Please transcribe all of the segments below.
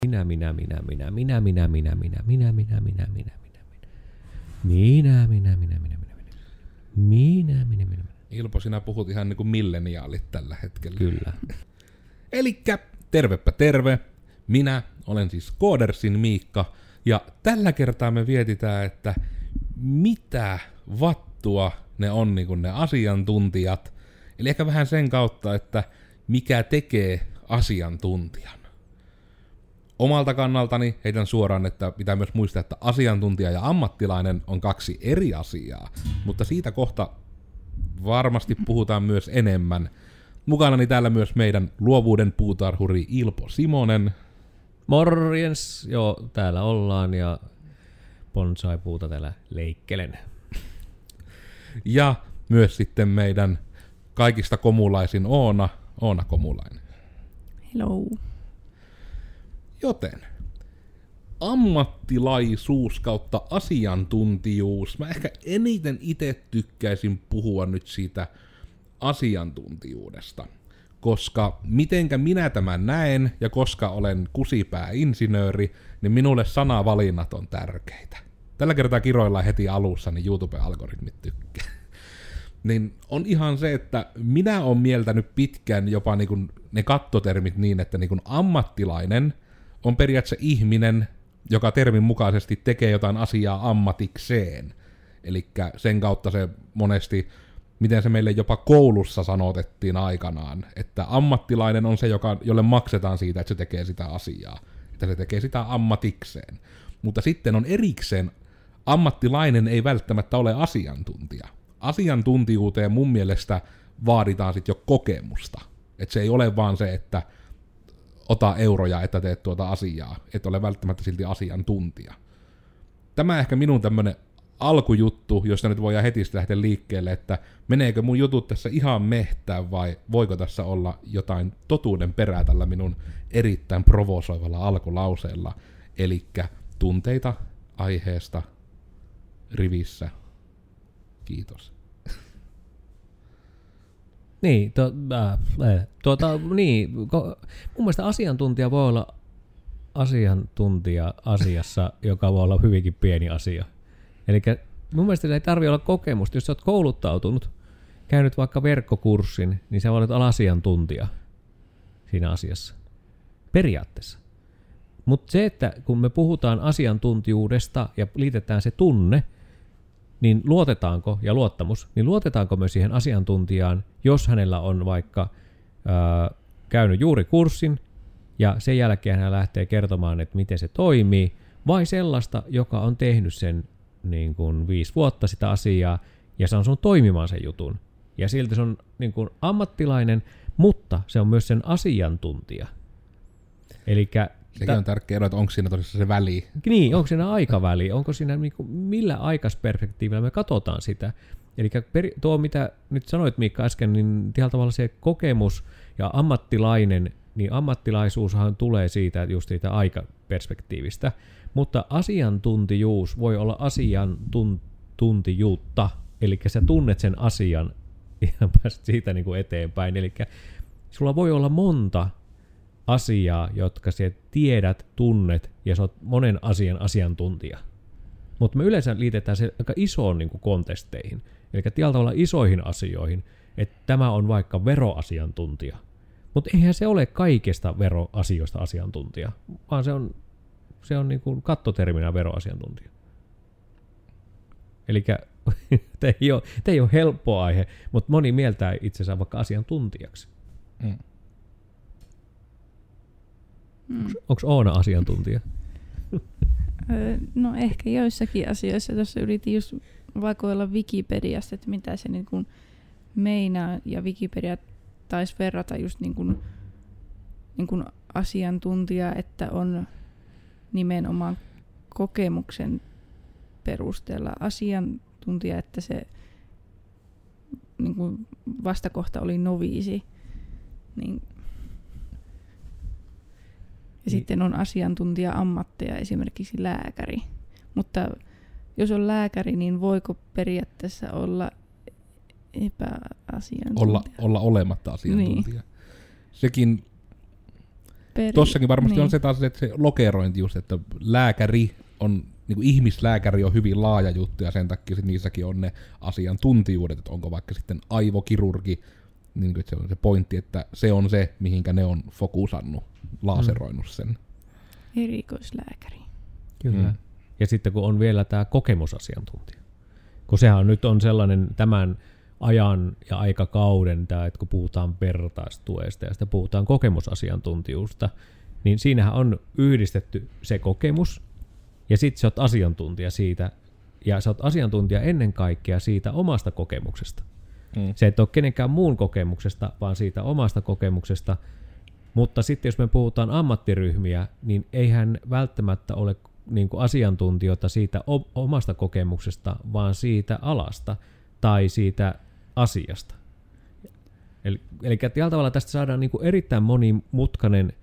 Minä. Ilpo, sinä puhut ihan niinku milleniaalit tällä hetkellä. Kyllä. Elikkä tervepä terve. Minä olen siis Koodersin Miikka. Ja tällä kertaa me vietitään, että mitä vattua ne on niinku ne asiantuntijat. Eli ehkä vähän sen kautta, että mikä tekee asiantuntijan. Omalta kannaltani heitän suoraan, että pitää myös muistaa, että asiantuntija ja ammattilainen on kaksi eri asiaa. Mutta siitä kohta varmasti puhutaan myös enemmän. Mukanani täällä myös meidän luovuuden puutarhuri Ilpo Simonen. Morjens, joo, täällä ollaan ja bonsai-puuta täällä leikkelen. Ja myös sitten meidän kaikista komulaisin Oona Komulainen. Hello. Joten ammattilaisuus kautta asiantuntijuus. Mä ehkä eniten itse tykkäisin puhua nyt siitä asiantuntijuudesta. Koska mitenkä minä tämän näen ja koska olen kusipääinsinööri, niin minulle sanavalinnat on tärkeitä. Tällä kertaa kiroillaan heti alussa, niin YouTube-algoritmit tykkää. Niin on ihan se, että minä olen mieltänyt pitkään jopa niinku ne kattotermit niin, että niinku ammattilainen on periaatteessa ihminen, joka termin mukaisesti tekee jotain asiaa ammatikseen. Elikkä sen kautta se monesti, miten se meille jopa koulussa sanotettiin aikanaan, että ammattilainen on se, jolle maksetaan siitä, että se tekee sitä asiaa. Että se tekee sitä ammatikseen. Mutta sitten on erikseen, ammattilainen ei välttämättä ole asiantuntija. Asiantuntijuuteen mun mielestä vaaditaan sitten jo kokemusta. Että se ei ole vaan se, että ota euroja, että teet tuota asiaa. Et ole välttämättä silti asiantuntija. Tämä ehkä minun tämmönen alkujuttu, josta nyt voidaan heti lähteä liikkeelle, että meneekö mun jutut tässä ihan mehtään vai voiko tässä olla jotain totuuden perää tällä minun erittäin provosoivalla alkulauseella. Elikkä tunteita aiheesta rivissä. Kiitos. Niin, mun mielestä asiantuntija voi olla asiantuntija asiassa, joka voi olla hyvinkin pieni asia. Eli mun mielestä ei tarvitse olla kokemusta. Jos sä oot kouluttautunut, käynyt vaikka verkkokurssin, niin sä voit olla asiantuntija siinä asiassa. Periaatteessa. Mutta se, että kun me puhutaan asiantuntijuudesta ja liitetään se tunne, niin luotetaanko, ja luottamus, niin luotetaanko me siihen asiantuntijaan, jos hänellä on vaikka käynyt juuri kurssin, ja sen jälkeen hän lähtee kertomaan, että miten se toimii, vai sellaista, joka on tehnyt sen niin kuin 5 vuotta sitä asiaa, ja se on saanut toimimaan sen jutun. Ja silti se on niin kuin ammattilainen, mutta se on myös sen asiantuntija. Elikkä sekin on tärkeä ero, että onko siinä tosiaan se väli. Niin, onko siinä aikaväli, onko siinä millä aikaisperspektiivillä me katsotaan sitä. Eli tuo, mitä nyt sanoit Miikka äsken, niin tällä tavalla se kokemus ja ammattilainen, niin ammattilaisuushan tulee siitä just siitä aikaperspektiivistä. Mutta asiantuntijuus voi olla asiantuntijuutta, eli sä tunnet sen asian ja pääset siitä niin kuin eteenpäin. Eli sulla voi olla monta asiaa, jotka sä tiedät, tunnet ja sä oot monen asian asiantuntija. Mutta me yleensä liitetään se aika isoon niin kuin kontesteihin, eli tällä tavalla isoihin asioihin, että tämä on vaikka veroasiantuntija. Mutta eihän se ole kaikesta veroasioista asiantuntija, vaan se on niin kuin kattoterminä veroasiantuntija. Eli tämä ei ole helppo aihe, mutta moni mieltää itsensä vaikka asiantuntijaksi. Onko Oona asiantuntija? No ehkä joissakin asioissa. Tuossa yritin just vakoilla Wikipediasta, että mitä se niin kuin meinaa, ja Wikipedia taisi verrata just niin kuin asiantuntija, että on nimenomaan kokemuksen perusteella asiantuntija, että se niin kuin vastakohta oli noviisi. Niin. Ja sitten on asiantuntija-ammatteja, esimerkiksi lääkäri. Mutta jos on lääkäri, niin voiko periaatteessa olla epäasiantuntija? Olla olematta asiantuntija. Niin. Sekin Tossakin varmasti niin. on se taas, että se lokerointi just, että lääkäri on, niin kuin ihmislääkäri on hyvin laaja juttu, ja sen takia sit niissäkin on ne asiantuntijuudet, että onko vaikka sitten aivokirurgi, niin kuin se on se pointti, että se on se, mihinkä ne on fokusannut, laaseroinut sen. Erikoislääkäri. Kyllä. Ja sitten kun on vielä tämä kokemusasiantuntija, kun sehän nyt on sellainen tämän ajan ja aikakauden, tämä, että kun puhutaan vertaistuesta ja sitten puhutaan kokemusasiantuntijuusta, niin siinähän on yhdistetty se kokemus, ja sitten sä oot asiantuntija siitä, ja sä oot asiantuntija ennen kaikkea siitä omasta kokemuksesta. Se et ole kenenkään muun kokemuksesta, vaan siitä omasta kokemuksesta, mutta sitten jos me puhutaan ammattiryhmiä, niin eihän välttämättä ole niin kuin asiantuntijoita siitä omasta kokemuksesta, vaan siitä alasta tai siitä asiasta. Eli tällä tavalla tästä saadaan niin kuin erittäin monimutkainen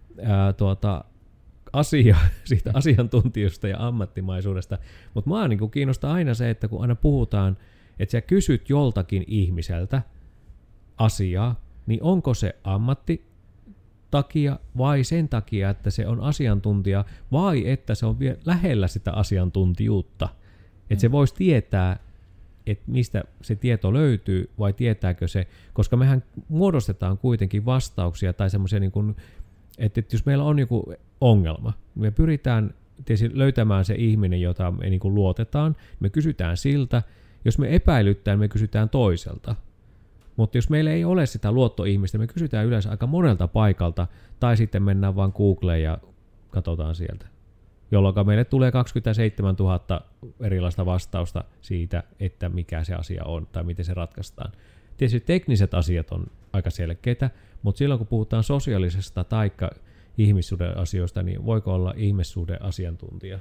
asia siitä asiantuntijuudesta ja ammattimaisuudesta, mutta minua niin kuin kiinnostaa aina se, että kun aina puhutaan, että sä kysyt joltakin ihmiseltä asiaa, niin onko se ammatti takia vai sen takia, että se on asiantuntija, vai että se on vielä lähellä sitä asiantuntijuutta. Että se voisi tietää, että mistä se tieto löytyy, vai tietääkö se, koska mehän muodostetaan kuitenkin vastauksia tai semmoisia, niin kuin, että jos meillä on joku ongelma, me pyritään tietysti löytämään se ihminen, jota me niin kuin luotetaan, me kysytään siltä, jos me epäilyttään, me kysytään toiselta. Mutta jos meillä ei ole sitä luottoihmistä, me kysytään yleensä aika monelta paikalta, tai sitten mennään vaan Googleen ja katsotaan sieltä. Jolloin meille tulee 27 000 erilaista vastausta siitä, että mikä se asia on tai miten se ratkaistaan. Tietysti tekniset asiat on aika selkeitä, mutta silloin kun puhutaan sosiaalisesta tai ihmissuhden asioista, niin voiko olla ihmissuhden asiantuntija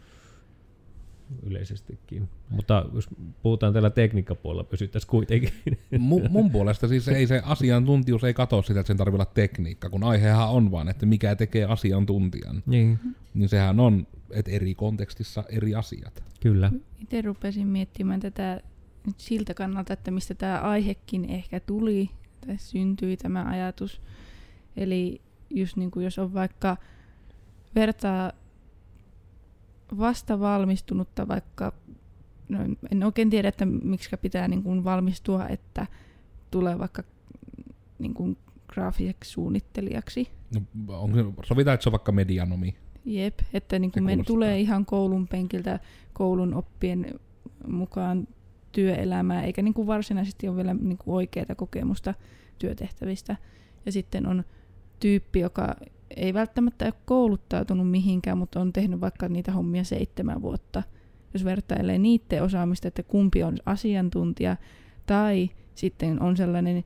yleisestikin. Mutta jos puhutaan tällä tekniikkapuolella, pysyttäisiin kuitenkin. Mun puolesta siis ei se asiantuntijuus ei katso sitä, että sen tarvitsee olla tekniikka, kun aihehan on vaan, että mikä tekee asiantuntijan. Niin sehän on, että eri kontekstissa eri asiat. Kyllä. Itse rupesin miettimään tätä nyt siltä kannalta, että mistä tämä aihekin ehkä tuli tai syntyi tämä ajatus. Eli just niin kuin jos on vaikka vertaa vasta valmistunutta vaikka, no en oikein tiedä, että miksi pitää niin kuin valmistua, että tulee vaikka niin kuin graafiseksi suunnittelijaksi. No, sovitaan, että se on vaikka medianomi. Jep, että niin kuin me tulee ihan koulun penkiltä koulun oppien mukaan työelämää, eikä niin kuin varsinaisesti ole vielä niin kuin oikeaa kokemusta työtehtävistä. Ja sitten on tyyppi, joka ei välttämättä ole kouluttautunut mihinkään, mutta on tehnyt vaikka niitä hommia 7 vuotta. Jos vertailee niiden osaamista, että kumpi on asiantuntija, tai sitten on sellainen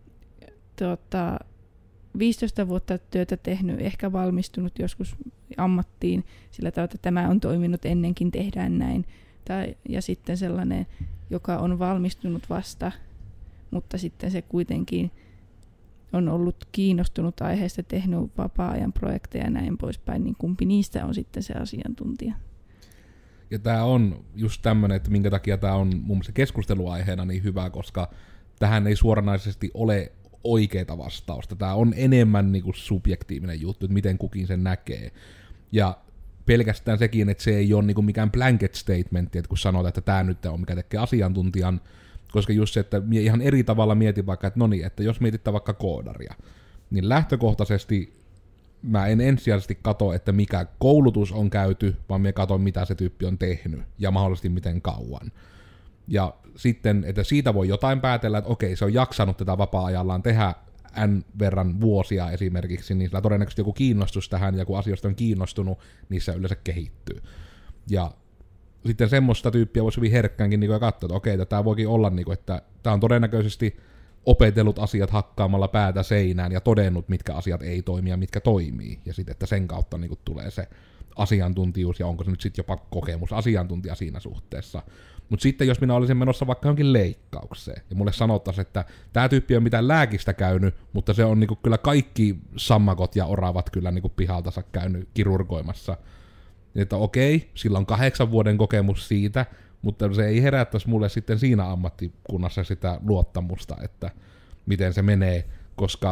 15 vuotta työtä tehnyt, ehkä valmistunut joskus ammattiin sillä tavalla, että tämä on toiminut ennenkin, tehdään näin. Ja sitten sellainen, joka on valmistunut vasta, mutta sitten se kuitenkin on ollut kiinnostunut aiheesta, tehnyt vapaa-ajan projekteja ja näin poispäin, niin kumpi niistä on sitten se asiantuntija? Ja tämä on just tämmöinen, että minkä takia tämä on mun mielestä keskusteluaiheena niin hyvä, koska tähän ei suoranaisesti ole oikeaa vastausta. Tämä on enemmän niin kuin subjektiivinen juttu, että miten kukin sen näkee. Ja pelkästään sekin, että se ei ole niin kuin mikään blanket statement, että kun sanotaan, että tämä nyt on mikä tekee asiantuntijan, koska just se, että ihan eri tavalla mietin vaikka, että no niin, että jos mietitään vaikka koodaria, niin lähtökohtaisesti mä en ensisijaisesti katso, että mikä koulutus on käyty, vaan mä katson, mitä se tyyppi on tehnyt ja mahdollisesti miten kauan. Ja sitten, että siitä voi jotain päätellä, että okei, se on jaksanut tätä vapaa-ajallaan tehdä N verran vuosia esimerkiksi, niin sillä todennäköisesti joku kiinnostus tähän, ja kun asioista on kiinnostunut, niissä yleensä kehittyy. Ja sitten semmoista tyyppiä voisi hyvin herkkäänkin niin katsoa, että okei, tämä voikin olla, niin kuin, että tämä on todennäköisesti opetellut asiat hakkaamalla päätä seinään ja todennut, mitkä asiat ei toimi ja mitkä toimii. Ja sitten, että sen kautta niin kuin tulee se asiantuntijuus, ja onko se nyt sitten jopa kokemus asiantuntija siinä suhteessa. Mutta sitten jos minä olisin menossa vaikka johonkin leikkaukseen, ja mulle sanottaisiin, että tämä tyyppi on mitään lääkistä käynyt, mutta se on niinku kyllä kaikki sammakot ja oravat kyllä niinku pihaltansa käynyt kirurgoimassa. Että okei, sillä on 8 vuoden kokemus siitä, mutta se ei herättäisi mulle sitten siinä ammattikunnassa sitä luottamusta, että miten se menee, koska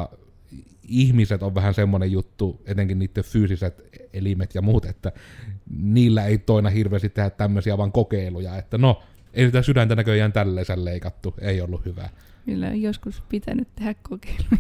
ihmiset on vähän semmoinen juttu, etenkin niiden fyysiset elimet ja muut, että niillä ei toina hirveästi tehdä tämmöisiä vaan kokeiluja, että no, ei sitä sydäntä näköjään tälleen leikattu, ei ollut hyvä. Kyllä on joskus pitänyt tehdä kokeiluja.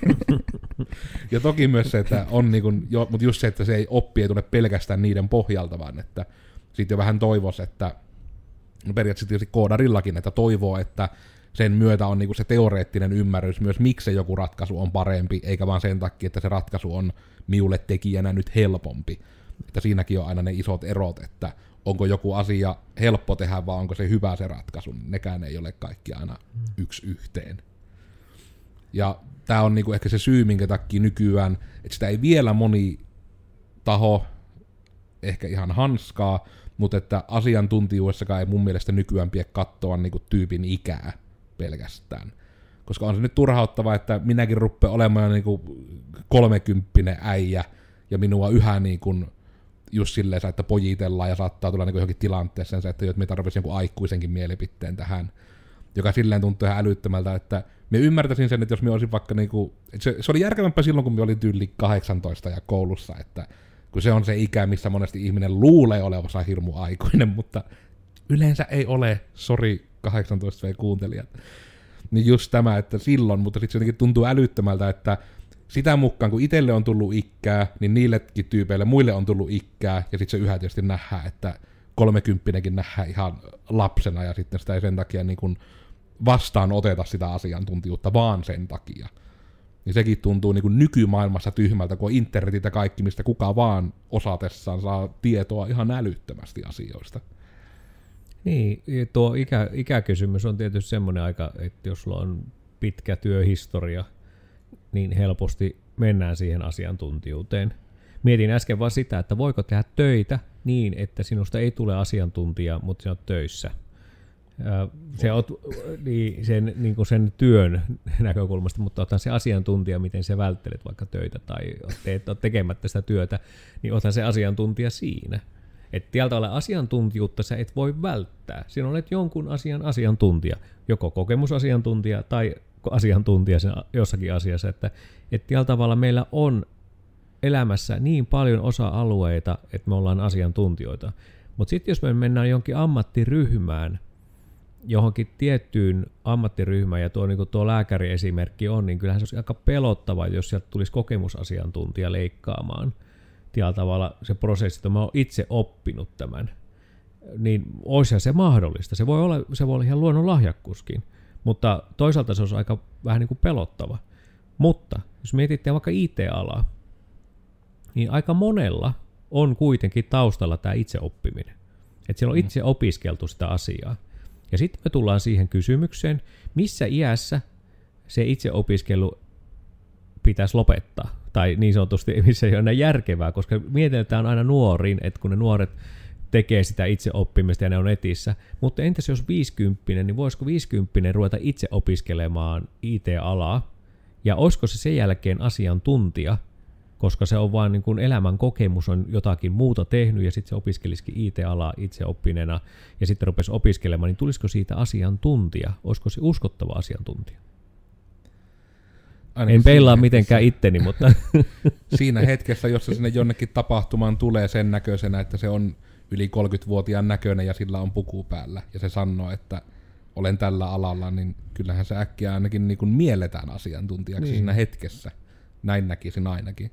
Ja toki myös se, että on mutta just se, että se oppi ei tule pelkästään niiden pohjalta, vaan että sitten jo vähän toivoisi, että no periaatteessa tietysti koodarillakin, että toivoo, että sen myötä on se teoreettinen ymmärrys myös, miksi se joku ratkaisu on parempi, eikä vaan sen takia, että se ratkaisu on minulle tekijänä nyt helpompi. Että siinäkin on aina ne isot erot, että onko joku asia helppo tehdä, vai onko se hyvä se ratkaisu. Nekään ei ole kaikki aina yksi yhteen. Ja tämä on ehkä se syy, minkä takia nykyään, että sitä ei vielä moni taho ehkä ihan hanskaa, mutta että asiantuntijuudessakaan ei mun mielestä nykyään pidä katsoa tyypin ikää pelkästään. Koska on se nyt turhauttava, että minäkin rupean olemaan jo 30 äijä, ja minua yhä just silleen, että pojitellaan ja saattaa tulla johonkin tilanteeseen, että me tarvitsisi jonkun aikuisenkin mielipiteen tähän, joka silleen tuntuu ihan älyttömältä, että me ymmärtäisin sen, että jos me olisin vaikka että se oli järkevämpää silloin, kun me oli tyyli 18 ja koulussa, että kun se on se ikä, missä monesti ihminen luulee olevansa hirmu aikuinen, mutta yleensä ei ole, sori 18V-kuuntelijat. Niin just tämä, että silloin, mutta sitten se jotenkin tuntuu älyttömältä, että sitä mukaan, kun itselle on tullut ikää, niin niillekin tyypeille muille on tullut ikää, ja sitten se yhä tietysti nähdään, että 30-kin nähdään ihan lapsena, ja sitten sitä ei sen takia vastaan oteta sitä asiantuntijuutta, vaan sen takia. Niin sekin tuntuu nykymaailmassa tyhmältä, kun on internetit ja kaikki, mistä kuka vaan osatessaan saa tietoa ihan älyttömästi asioista. Niin, tuo ikäkysymys on tietysti semmoinen aika, että jos sulla on pitkä työhistoria, niin helposti mennään siihen asiantuntijuuteen. Mietin äsken vaan sitä, että voiko tehdä töitä niin, että sinusta ei tule asiantuntija, mutta sinä olet töissä. Sen työn näkökulmasta, mutta otan se asiantuntija, miten sä välttelet vaikka töitä tai olet tekemättä sitä työtä, niin otan se asiantuntija siinä. Että tieltä ole asiantuntijuutta sä et voi välttää. Sinä olet jonkun asian asiantuntija, joko kokemusasiantuntija tai asiantuntija jossakin asiassa, että tällä tavalla meillä on elämässä niin paljon osa-alueita, että me ollaan asiantuntijoita. Mutta sitten jos me mennään jonkin ammattiryhmään, johonkin tiettyyn ammattiryhmään, ja tuo lääkäriesimerkki on, niin kyllähän se olisi aika pelottava, jos sieltä tulisi kokemusasiantuntija leikkaamaan. Tällä tavalla se prosessi, että mä oon itse oppinut tämän, niin olisihan se mahdollista. Se voi olla ihan luonnon lahjakkuuskin. Mutta toisaalta se olisi aika vähän niin kuin pelottava. Mutta jos mietitte vaikka IT-alaa, niin aika monella on kuitenkin taustalla tämä itseoppiminen. Että siellä on itse opiskeltu sitä asiaa. Ja sitten me tullaan siihen kysymykseen, missä iässä se itseopiskelu pitäisi lopettaa. Tai niin sanotusti, missä ei ole enää järkevää, koska mietitään aina nuoriin, että kun ne nuoret tekee sitä itseoppimista ja ne on netissä. Mutta entäs jos 50, niin voisiko 50 ruveta itse opiskelemaan IT-alaa? Ja olisiko se sen jälkeen asiantuntija, koska se on vaan niin kuin elämän kokemus, on jotakin muuta tehnyt ja sitten se opiskelisikin IT-alaa itseoppineena ja sitten rupesi opiskelemaan, niin tulisiko siitä asiantuntija? Olisiko se uskottava asiantuntija? Ainakin en peilaa mitenkään itteni, mutta siinä hetkessä, jossa sinne jonnekin tapahtumaan tulee sen näköisenä, että se on yli 30-vuotiaan näköinen ja sillä on puku päällä ja se sanoo, että olen tällä alalla, niin kyllähän se äkkiä ainakin niin kuin mielletään asiantuntijaksi siinä hetkessä. Näin näkisin ainakin.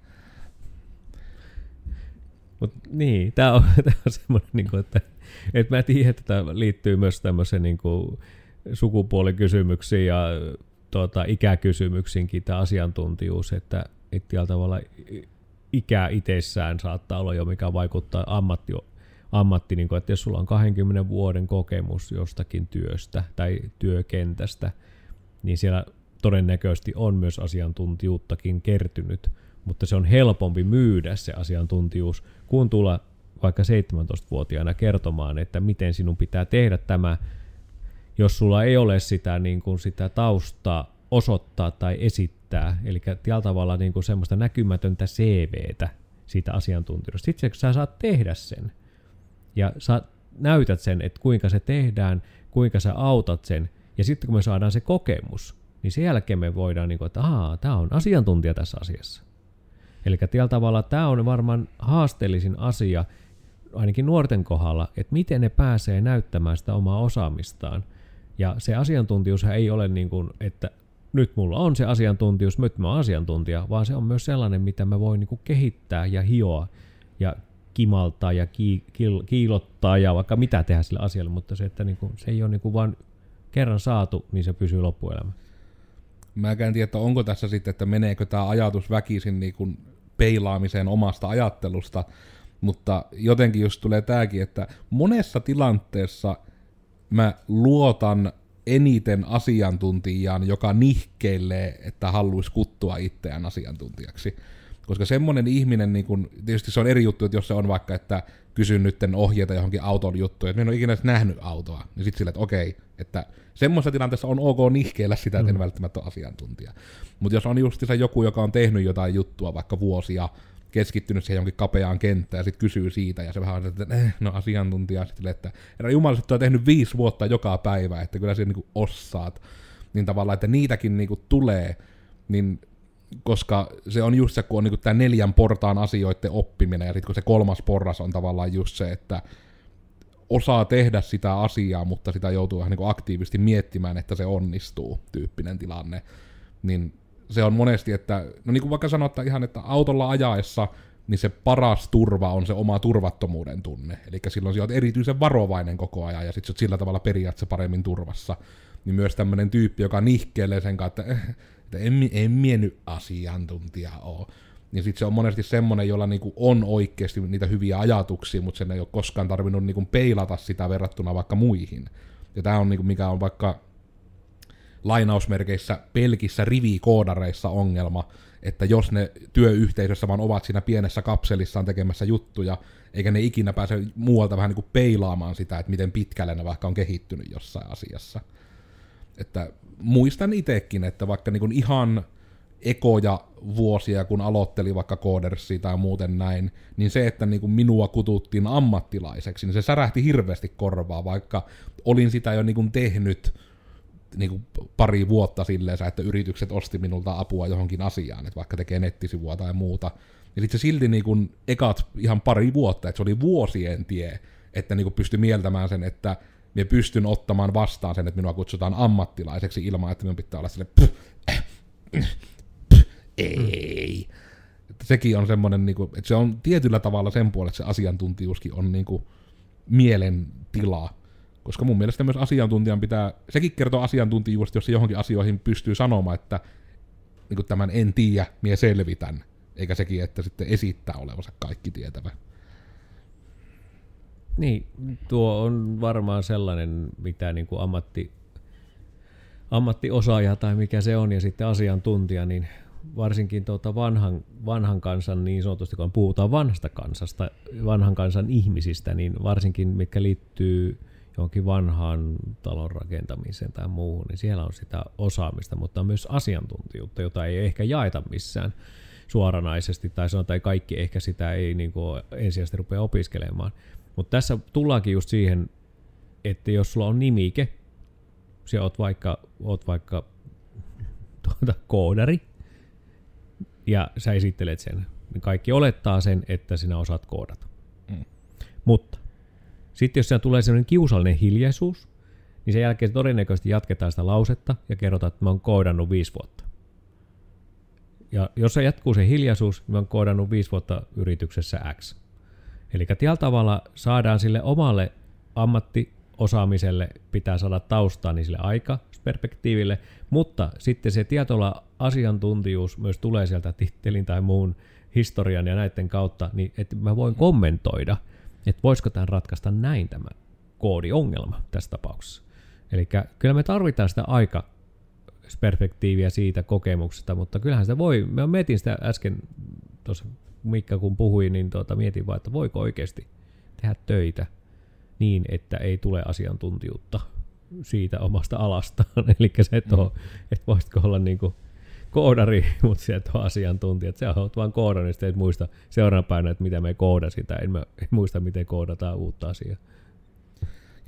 Mut niin, tämä on semmoinen, niin että mä en tiedä, että tämä liittyy myös tämmöiseen niin sukupuolikysymyksiin ja ikäkysymyksiinkin tämä asiantuntijuus, että tällä tavalla ikä itsessään saattaa olla jo, mikä vaikuttaa ammatti niin kuin, että jos sulla on 20 vuoden kokemus jostakin työstä tai työkentästä, niin siellä todennäköisesti on myös asiantuntijuuttakin kertynyt, mutta se on helpompi myydä se asiantuntijuus, kun tulla vaikka 17-vuotiaana kertomaan, että miten sinun pitää tehdä tämä, jos sulla ei ole sitä, niin kuin sitä taustaa osoittaa tai esittää, eli tällä tavalla niin kuin semmoista näkymätöntä CVtä siitä asiantuntijuudesta. Sitten sä saat tehdä sen ja sä näytät sen, että kuinka se tehdään, kuinka sä autat sen, ja sitten kun me saadaan se kokemus, niin sen jälkeen me voidaan, niin kuin, että tämä on asiantuntija tässä asiassa. Eli tällä tavalla tämä on varmaan haasteellisin asia, ainakin nuorten kohdalla, että miten ne pääsee näyttämään sitä omaa osaamistaan. Ja se asiantuntijuus ei ole niin kuin, että nyt mulla on se asiantuntijuus, nyt mä oon asiantuntija, vaan se on myös sellainen, mitä mä voin niin kuin kehittää ja hioa ja kimaltaa ja kiilottaa ja vaikka mitä tehdä sille asialle, mutta se, että niin kuin, se ei ole niin kuin vaan kerran saatu, niin se pysyy loppuelämä. Mä en tiedä, että onko tässä sitten, että meneekö tämä ajatus väkisin niin kuin peilaamiseen omasta ajattelusta, mutta jotenkin just tulee tääkin, että monessa tilanteessa mä luotan eniten asiantuntijaan, joka nihkeilee, että haluaisi kuttua itseään asiantuntijaksi. Koska semmoinen ihminen, niin kun, tietysti se on eri juttu, että jos se on vaikka, että kysyn nytten ohjeita johonkin auton juttuun, että en ole ikinä edes nähnyt autoa, niin sitten sille, että okei, että semmoisessa tilanteessa on ok nihkeillä sitä, että en välttämättä ole asiantuntija. Mutta jos on just se joku, joka on tehnyt jotain juttua vaikka vuosia, keskittynyt siihen jonkin kapeaan kenttään ja sitten kysyy siitä, ja se vähän on, että no asiantuntija, sitten että herra Jumala, että on tehnyt 5 vuotta joka päivä, että kyllä siinä niinku osaat, niin tavallaan, että niitäkin niinku tulee, niin koska se on just se, kun on niinku tämä 4 portaan asioiden oppiminen, ja sitten kun se 3. porras on tavallaan just se, että osaa tehdä sitä asiaa, mutta sitä joutuu vähän niinku aktiivisesti miettimään, että se onnistuu, tyyppinen tilanne, niin se on monesti, että, no niin kuin vaikka sanotaan ihan, että autolla ajaessa, niin se paras turva on se oma turvattomuuden tunne. Eli silloin sä oot erityisen varovainen koko ajan, ja sit sä oot sillä tavalla periaatteessa paremmin turvassa. Niin myös tämmönen tyyppi, joka nihkeilee sen kanssa, että en mie nyt asiantuntija oo. Niin sit se on monesti semmonen, jolla niinku on oikeasti niitä hyviä ajatuksia, mutta sen ei ole koskaan tarvinnut niinku peilata sitä verrattuna vaikka muihin. Ja tää on niinku, mikä on vaikka lainausmerkeissä pelkissä rivikoodareissa ongelma, että jos ne työyhteisössä vaan ovat siinä pienessä kapselissaan tekemässä juttuja, eikä ne ikinä pääse muualta vähän niin kuin peilaamaan sitä, että miten pitkälle ne vaikka on kehittynyt jossain asiassa. Että muistan itsekin, että vaikka niin kuin ihan ekoja vuosia, kun aloittelin vaikka Codersia tai muuten näin, niin se, että niin kuin minua kututtiin ammattilaiseksi, niin se särähti hirveästi korvaa, vaikka olin sitä jo niin kuin tehnyt niin kuin 2 vuotta silleen, että yritykset osti minulta apua johonkin asiaan, että vaikka tekee nettisivua tai muuta. Ja sitten se silti niin kuin ekat ihan 2 vuotta, että se oli vuosien tie, että niin kuin pystyi mieltämään sen, että minä pystyn ottamaan vastaan sen, että minua kutsutaan ammattilaiseksi ilman, että minun pitää olla silleen ei. Että sekin on semmoinen, niin kuin, että se on tietyllä tavalla sen puolella, että se asiantuntijuuskin on niin kuin mielentila. Koska mun mielestä myös asiantuntijan pitää, sekin kertoo asiantuntijuudesta, jos se johonkin asioihin pystyy sanomaan, että niin tämän en tiedä, mie selvitän, eikä sekin, että sitten esittää olevansa kaikki tietävä. Niin, tuo on varmaan sellainen, mitä niin kuin ammattiosaaja tai mikä se on, ja sitten asiantuntija, niin varsinkin vanhan kansan, niin sanotusti kun puhutaan vanhasta kansasta, vanhan kansan ihmisistä, niin varsinkin mitkä liittyy johonkin vanhaan talon rakentamiseen tai muuhun, niin siellä on sitä osaamista, mutta on myös asiantuntijuutta, jota ei ehkä jaeta missään suoranaisesti, tai sanotaan, että kaikki ehkä sitä ei niin kuin ensisijaisesti rupea opiskelemaan. Mutta tässä tullaankin just siihen, että jos sulla on nimike, sä oot vaikka koodari, ja sä esittelet sen, niin kaikki olettaa sen, että sinä osaat koodata. Mutta sitten jos siellä tulee sellainen kiusallinen hiljaisuus, niin sen jälkeen todennäköisesti jatketaan sitä lausetta ja kerrotaan, että mä oon koodannut 5 vuotta. Ja jos se jatkuu se hiljaisuus, niin mä oon koodannut 5 vuotta yrityksessä X. Eli tällä tavalla saadaan sille omalle ammattiosaamiselle, pitää saada taustaa niin sille aikaperspektiiville, mutta sitten se tietolla asiantuntijuus myös tulee sieltä tittelin tai muun historian ja näiden kautta, niin että mä voin kommentoida, että voisiko tämän ratkaista näin tämä koodiongelma tässä tapauksessa. Eli kyllä me tarvitaan sitä aikaperspektiiviä siitä kokemuksesta, mutta kyllähän sitä voi, mä mietin sitä äsken tuossa Mikka kun puhui, niin mietin vaan, että voiko oikeasti tehdä töitä niin, että ei tule asiantuntijuutta siitä omasta alastaan. Eli se, että voisitko olla niin kuin koodari, mutta se, että on asiantuntija. Että sä oot vaan koodannut, että et muista seuraavana päivänä, että mitä me koodasin, tai en muista, miten koodataan uutta asiaa.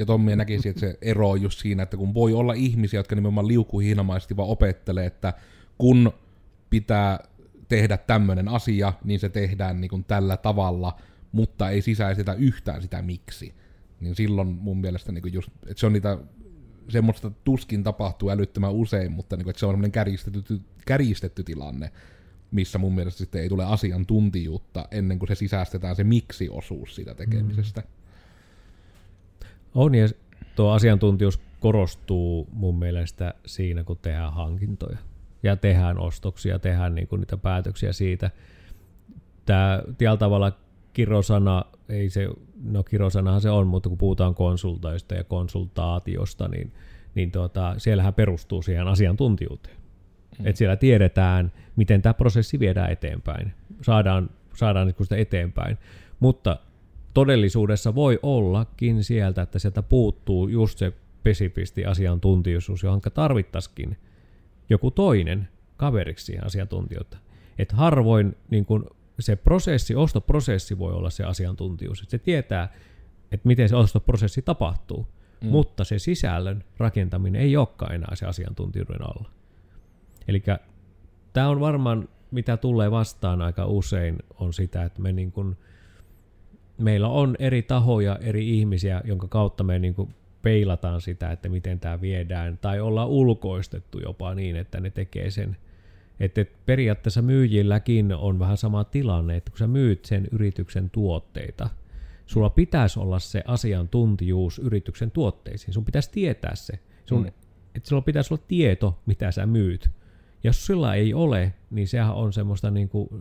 Ja Tommi näkisi, että se ero on just siinä, että kun voi olla ihmisiä, jotka nimenomaan liukuhihnamaisesti vaan opettelee, että kun pitää tehdä tämmöinen asia, niin se tehdään niin kuin tällä tavalla, mutta ei sisäistetä yhtään sitä miksi. Niin silloin mun mielestä niin kuin just, että se on niitä semmoista tuskin tapahtuu älyttömän usein, mutta niin kuin, että se on semmoinen kärjistetty tilanne, missä mun mielestä sitten ei tule asiantuntijuutta ennen kuin se sisäistetään se miksi-osuus siitä tekemisestä. On, ja tuo asiantuntijuus korostuu mun mielestä siinä, kun tehdään hankintoja ja tehdään ostoksia, tehdään niinku niitä päätöksiä siitä. Tämä tällä tavalla kirosana, ei se, no kirosanahan se on, mutta kun puhutaan konsultoista ja konsultaatiosta, niin siellähän perustuu siihen asiantuntijuuteen. Että siellä tiedetään, miten tämä prosessi viedään eteenpäin, saadaan sitä eteenpäin, mutta todellisuudessa voi ollakin sieltä, että sieltä puuttuu just se spesifisti asiantuntijuus, johon tarvittaisikin joku toinen kaveriksi siihen asiantuntijoita. Että harvoin niin kun se prosessi, ostoprosessi voi olla se asiantuntijuus. Että se tietää, että miten se ostoprosessi tapahtuu, mutta se sisällön rakentaminen ei olekaan enää se asiantuntijuuden alla. Eli tämä on varmaan, mitä tulee vastaan aika usein, on sitä, että me niin kun, meillä on eri tahoja, eri ihmisiä, jonka kautta me niin kun peilataan sitä, että miten tämä viedään, tai ollaan ulkoistettu jopa niin, että ne tekee sen. Että periaatteessa myyjilläkin on vähän sama tilanne, että kun sä myyt sen yrityksen tuotteita, sulla pitäisi olla se asiantuntijuus yrityksen tuotteisiin. Sun pitäisi tietää se. Että sulla pitäisi olla tieto, mitä sä myyt. Jos sillä ei ole, niin sehän on semmoista niin kuin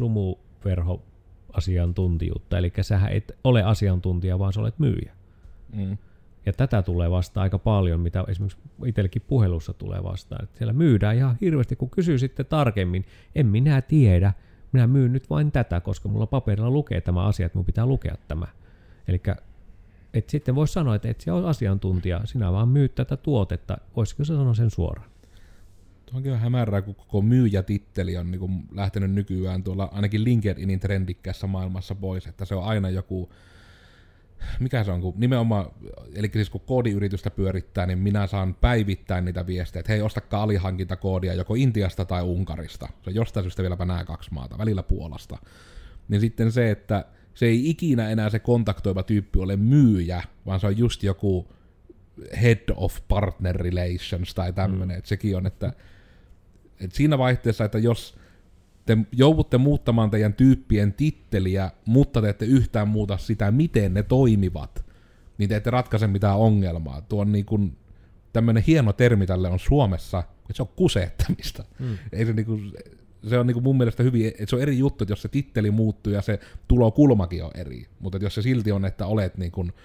sumuverho-asiantuntijuutta. Eli sähän et ole asiantuntija, vaan sä olet myyjä. Ja tätä tulee vastaan aika paljon, mitä esimerkiksi itsellekin puhelussa tulee vastaan. Että siellä myydään ihan hirveästi, kun kysyy sitten tarkemmin, en minä tiedä, minä myyn nyt vain tätä, koska mulla paperilla lukee tämä asia, että mun pitää lukea tämä. Eli sitten voisi sanoa, että et sinä ole asiantuntija, sinä vaan myyt tätä tuotetta, voisiko sä sanoa sen suoraan? Tuo onkin hämärää, kun koko myyjätitteli on niin lähtenyt nykyään tuolla ainakin LinkedInin trendikkäässä maailmassa pois, että se on aina joku, mikä se on, kun nimenomaan, eli siis kun koodiyritystä pyörittää, niin minä saan päivittäin niitä viestejä, että hei, ostakaa alihankintakoodia joko Intiasta tai Unkarista. Se on jostain syystä vieläpä nämä kaksi maata, välillä Puolasta. Niin sitten se, että se ei ikinä enää se kontaktoiva tyyppi ole myyjä, vaan se on just joku head of partner relations tai tämmöinen. Että sekin on, että siinä vaihteessa, että jos te joudutte muuttamaan teidän tyyppien titteliä, mutta te ette yhtään muuta sitä, miten ne toimivat, niin te ette ratkaise mitään ongelmaa. Tuo on niin kuin, tämmöinen hieno termi tälle on Suomessa, että se on kusettamista. Ei se, niin kuin, se on niin kuin mun mielestä hyvin, että se on eri juttu, että jos se titteli muuttuu ja se tulokulmakin on eri, mutta jos se silti on, että olet niin kuin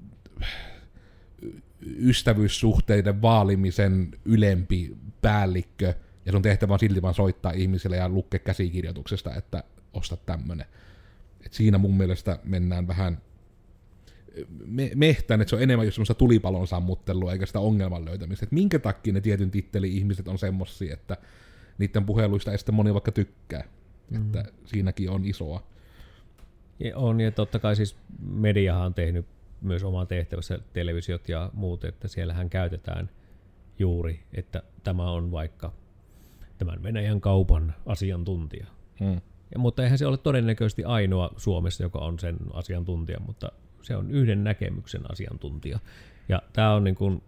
ystävyyssuhteiden vaalimisen ylempi päällikkö, ja sun tehtävä on silti vaan soittaa ihmisille ja lukea käsikirjoituksesta, että osta tämmönen. Et siinä mun mielestä mennään vähän mehtään, että se on enemmän just semmoista tulipalon sammuttelua, eikä sitä ongelman löytämistä. Et minkä takia ne tietyn titteli ihmiset on semmosia, että niiden puheluista ei sitten moni vaikka tykkää. Että siinäkin on isoa. Ja on, ja totta kai siis mediahan on tehnyt myös oman tehtävässä, televisiot ja muut, että siellähän käytetään juuri, että tämä on vaikka tämän Venäjän kaupan asiantuntija. Mutta eihän se ole todennäköisesti ainoa Suomessa, joka on sen asiantuntija, mutta se on yhden näkemyksen asiantuntija. Ja tämä on niin kuin,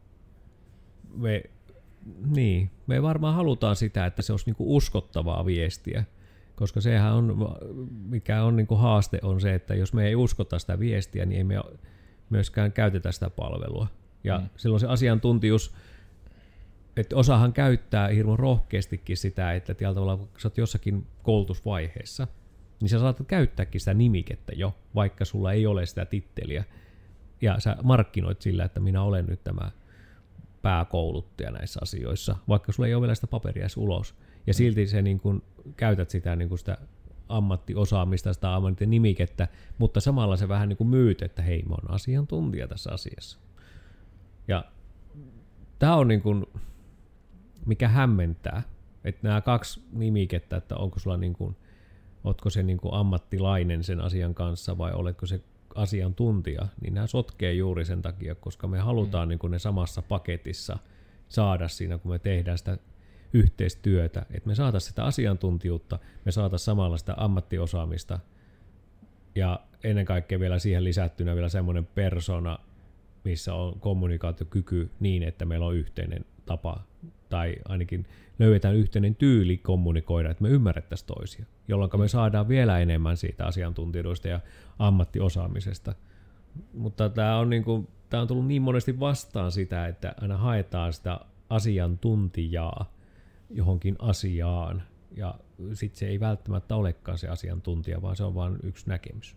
me varmaan halutaan sitä, että se olisi niin kuin uskottavaa viestiä, koska sehän on, mikä on niin kuin haaste, on se, että jos me ei uskota sitä viestiä, niin ei me myöskään käytetä sitä palvelua. Ja silloin se asiantuntijuus, että osahan käyttää hirveän rohkeastikin sitä, että tällä tavalla, kun sä oot jossakin koulutusvaiheessa, niin sä saatat käyttääkin sitä nimikettä jo, vaikka sulla ei ole sitä titteliä. Ja sä markkinoit sillä, että minä olen nyt tämä pääkouluttaja näissä asioissa, vaikka sulla ei ole vielä sitä paperia edes ulos. Ja silti sä niin kun käytät sitä, niin kun sitä ammattiosaamista, sitä ammatin nimikettä, mutta samalla se vähän niin kuin myyt, että hei, mä oon asiantuntija tässä asiassa. Ja tää on niin kuin, mikä hämmentää, että nämä kaksi nimikettä, että onko sulla niin kuin, ootko se niin kuin ammattilainen sen asian kanssa vai oletko se asiantuntija, niin nämä sotkee juuri sen takia, koska me halutaan niin kuin ne samassa paketissa saada siinä, kun me tehdään sitä yhteistyötä, että me saataisiin sitä asiantuntijuutta, me saataisiin samalla sitä ammattiosaamista ja ennen kaikkea vielä siihen lisättynä vielä semmoinen persona, missä on kommunikaatiokyky niin, että meillä on yhteinen tapa tai ainakin löydetään yhteinen tyyli kommunikoida, että me ymmärrettäisiin toisia, jolloin me saadaan vielä enemmän siitä asiantuntijuudesta ja ammattiosaamisesta. Mutta tämä on tullut niin monesti vastaan sitä, että aina haetaan sitä asiantuntijaa johonkin asiaan, ja sitten se ei välttämättä olekaan se asiantuntija, vaan se on vain yksi näkemys.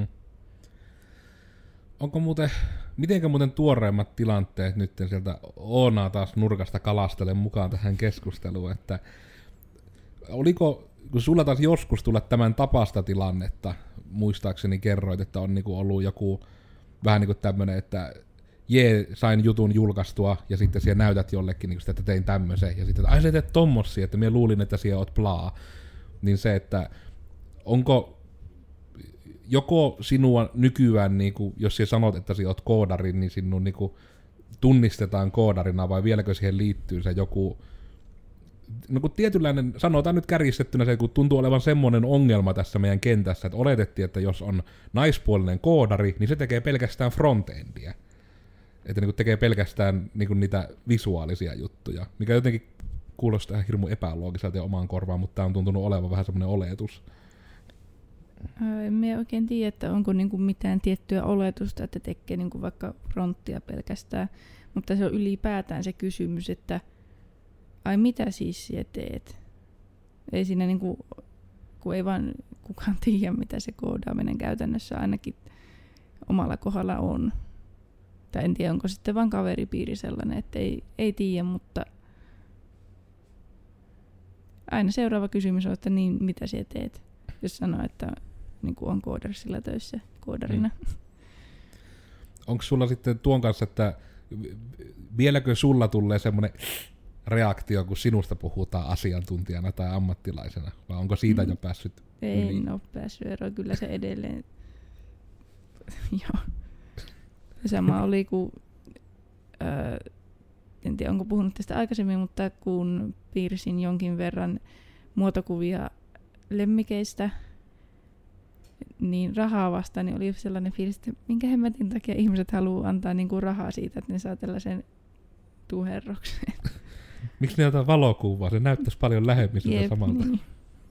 Onko mitenkä muuten tuoreimmat tilanteet nyt sieltä Oonaa taas nurkasta kalastelen mukaan tähän keskusteluun, että kun sulla taas joskus tulla tämän tapasta tilannetta, muistaakseni kerroit, että on niinku ollut joku vähän niin kuin tämmöinen, että sain jutun julkaistua, ja sitten siellä näytät jollekin, niin sitä, että tein tämmöisen, ja sitten, että ai sä teet tommosia, että minä luulin, että siellä oot plaa. Niin se, että onko joko sinua nykyään, niin kuin, jos sinä sanot, että sinä oot koodari, niin sinun niin kuin, tunnistetaan koodarina, vai vieläkö siihen liittyy se joku, no kun tietynlainen, sanotaan nyt kärjistettynä se, kun tuntuu olevan semmoinen ongelma tässä meidän kentässä, että oletettiin, että jos on naispuolinen koodari, niin se tekee pelkästään frontendia. Että niin tekee pelkästään niin niitä visuaalisia juttuja, mikä jotenkin kuulostaa ihan hirmu epäloogiselta ja omaan korvaan, mutta tämä on tuntunut olevan vähän semmoinen oletus. En oikein tiedä, että onko niinku mitään tiettyä oletusta, että tekee niinku vaikka fronttia pelkästään, mutta se on ylipäätään se kysymys, että ai mitä siis sinä teet? Ei siinä niinku, kun ei vaan kukaan tiedä, mitä se koodaaminen käytännössä ainakin omalla kohdalla on. Tai en tiedä, onko sitten vaan kaveripiiri sellainen, että ei tiedä, mutta aina seuraava kysymys on, että niin, mitä sinä teet, jos sanoo, että niin kuin on koodarsilla töissä koodarina. Onko sulla sitten tuon kanssa, että vieläkö sulla tulee semmoinen reaktio, kun sinusta puhutaan asiantuntijana tai ammattilaisena, vai onko siitä jo päässyt yli? En ole päässyt eroon, kyllä se edelleen. Joo. Sama oli, kun en tiedä onko puhunut tästä aikaisemmin, mutta kun piirsin jonkin verran muotokuvia lemmikeistä, niin rahaa vastaan, niin oli sellainen fiilis, että minkä hemmetin takia ihmiset haluaa antaa niinku rahaa siitä, että ne saa tällaisen tuherroksen. Miksi ne jotain valokuvaa? Se näyttäisi paljon lähemmin sitä samalta. Niin.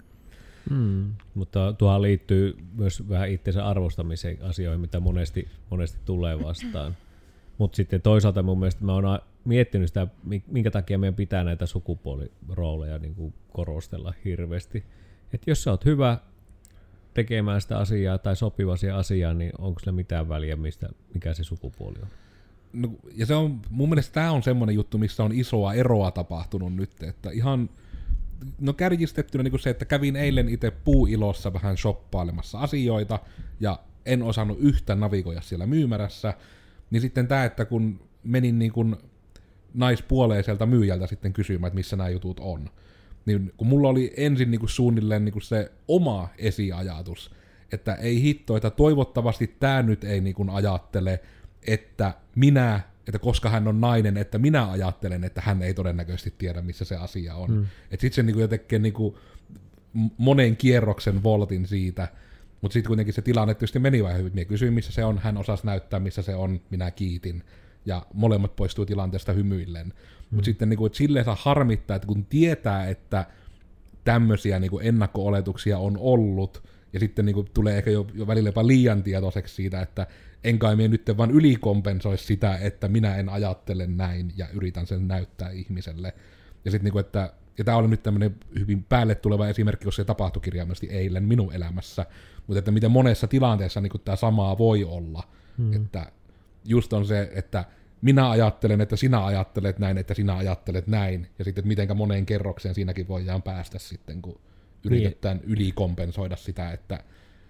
Mutta tuohon liittyy myös vähän itsensä arvostamisen asioihin, mitä monesti tulee vastaan. Mutta sitten toisaalta mun mielestä mä oon miettinyt sitä, minkä takia meidän pitää näitä sukupuolirooleja niin kuin korostella hirveästi. Että jos sä oot hyvä tekemään sitä asiaa tai sopiva siihen asiaan, niin onko sillä mitään väliä, mikä se sukupuoli on? No, ja se on, mun mielestä tämä on semmoinen juttu, missä on isoa eroa tapahtunut nyt, että ihan kärjistettynä niin kuin se, että kävin eilen itse Puuilossa vähän shoppailemassa asioita, ja en osannut yhtä navigoida siellä myymärässä, niin sitten tämä, että kun menin niin kuin naispuoleiselta myyjältä sitten kysymään, että missä nämä jutut on, niin kun mulla oli ensin niin kuin suunnilleen niin kuin se oma esiajatus, että ei hitto, että toivottavasti tämä nyt ei niin kuin ajattele, että koska hän on nainen, että minä ajattelen, että hän ei todennäköisesti tiedä, missä se asia on. Että sitten se niinku jotenkin niinku monen kierroksen voltin siitä, mutta sitten kuitenkin se tilanne tietysti meni vähän hyvin. Minä kysyin, missä se on, hän osasi näyttää, missä se on, minä kiitin, ja molemmat poistuu tilanteesta hymyillen. Mutta sitten niinku, silleen saa harmittaa, että kun tietää, että tämmöisiä niinku ennakko-oletuksia on ollut, ja sitten niinku tulee ehkä jo välillä jopa liian tietoiseksi siitä, että en kai minä nyt vaan ylikompensoisi sitä, että minä en ajattele näin ja yritän sen näyttää ihmiselle. Ja sitten niinku, että ja tämä oli nyt tämmöinen hyvin päälle tuleva esimerkki, koska se tapahtui kirjaimellisesti eilen minun elämässä, mutta että miten monessa tilanteessa niinku tämä samaa voi olla. Että just on se, että minä ajattelen, että sinä ajattelet näin, että sinä ajattelet näin, ja sitten että mitenkä moneen kerrokseen siinäkin voidaan päästä sitten, kun yritetään ylikompensoida sitä, että,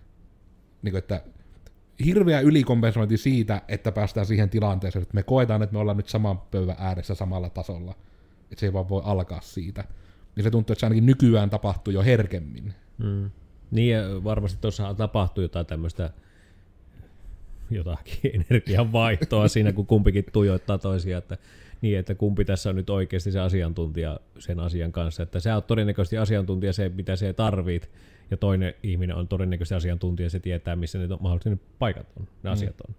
niin kuin, että hirveä ylikompensointi siitä, että päästään siihen tilanteeseen, että me koetaan, että me ollaan nyt saman pöydän ääressä samalla tasolla, että se ei vaan voi alkaa siitä. Niin se tuntuu, että se ainakin nykyään tapahtuu jo herkemmin. Niin ja varmasti tuossa tapahtuu jotain tämmöistä jotakin energian vaihtoa siinä, kun kumpikin tuijottaa toisiaan, että niin, että kumpi tässä on nyt oikeasti se asiantuntija sen asian kanssa, että sä oot todennäköisesti asiantuntija se, mitä sä tarvit, ja toinen ihminen on todennäköisesti asiantuntija, se tietää, missä ne mahdollisesti ne paikat on, ne asiat on.